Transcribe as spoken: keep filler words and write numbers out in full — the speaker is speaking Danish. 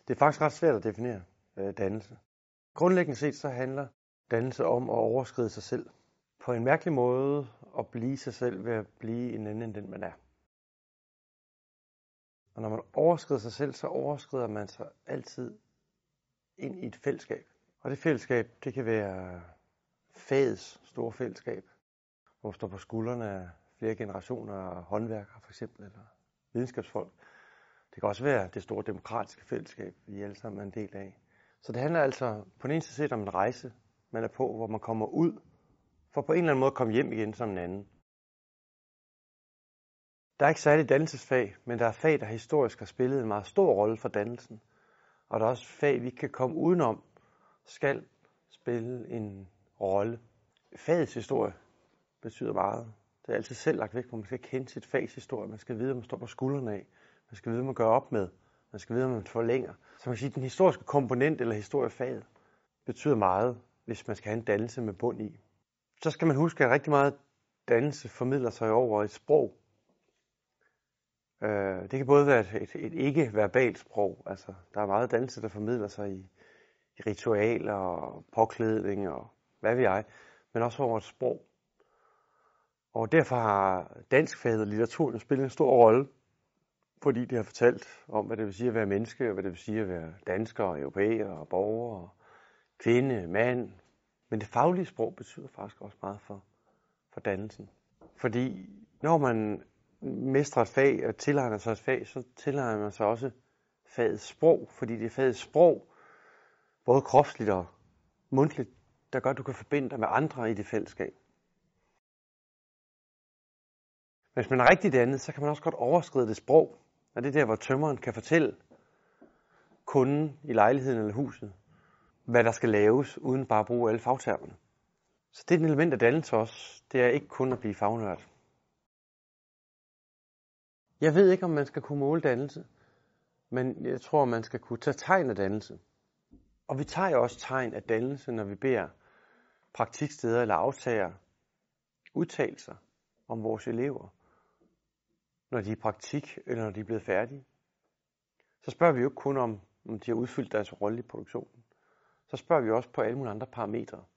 Det er faktisk ret svært at definere øh, dannelse. Grundlæggende set så handler dannelse om at overskride sig selv. På en mærkelig måde at blive sig selv ved at blive en anden end den man er. Og når man overskrider sig selv, så overskrider man sig altid ind i et fællesskab. Og det fællesskab, det kan være fagets store fællesskab, hvor man står på skuldrene af flere generationer af håndværkere for eksempel, eller videnskabsfolk. Det kan også være det store demokratiske fællesskab, vi alle sammen er en del af. Så det handler altså på den ene side om en rejse, man er på, hvor man kommer ud, for på en eller anden måde at komme hjem igen som en anden. Der er ikke særligt dannelsesfag, men der er fag, der historisk har spillet en meget stor rolle for dannelsen. Og der er også fag, vi kan komme udenom, skal spille en rolle. Fagets historie betyder meget. Det er altid selv lagt væk, hvor man skal kende sit fags historie. Man skal vide, hvad man står på skuldrene af. Man skal vide, hvad man gør op med. Man skal vide, hvad man forlænger. Så man kan sige, at den historiske komponent eller historiefaget betyder meget, hvis man skal have en dannelse med bund i. Så skal man huske, at rigtig meget dannelse formidler sig over et sprog. Det kan både være et, et, et ikke-verbalt sprog. Altså, der er meget dannelse, der formidler sig i, i ritualer og påklædning og hvad ved jeg, men også over et sprog. Og derfor har danskfaget og litteraturen spillet en stor rolle, fordi de har fortalt om, hvad det vil sige at være menneske, og hvad det vil sige at være dansker, europæer, borgere, kvinde, mand. Men det faglige sprog betyder faktisk også meget for, for dannelsen. Fordi når man mestrer et fag og tilegner sig et fag, så tilegner man sig også fagets sprog, fordi det er fagets sprog, både kropsligt og mundtligt, der gør, at du kan forbinde dig med andre i det fællesskab. Hvis man er rigtig dannet, så kan man også godt overskride det sprog, og det er der, hvor tømreren kan fortælle kunden i lejligheden eller huset, hvad der skal laves, uden bare at bruge alle fagtermerne. Så det er et element af dannelse også. Det er ikke kun at blive fagnørd. Jeg ved ikke, om man skal kunne måle dannelse, men jeg tror, man skal kunne tage tegn af dannelse. Og vi tager jo også tegn af dannelse, når vi beder praktiksteder eller aftager udtalelser om vores elever, når de er i praktik eller når de er blevet færdige. Så spørger vi jo ikke kun om, om de har udfyldt deres rolle i produktionen. Så spørger vi også på alle mulige andre parametre.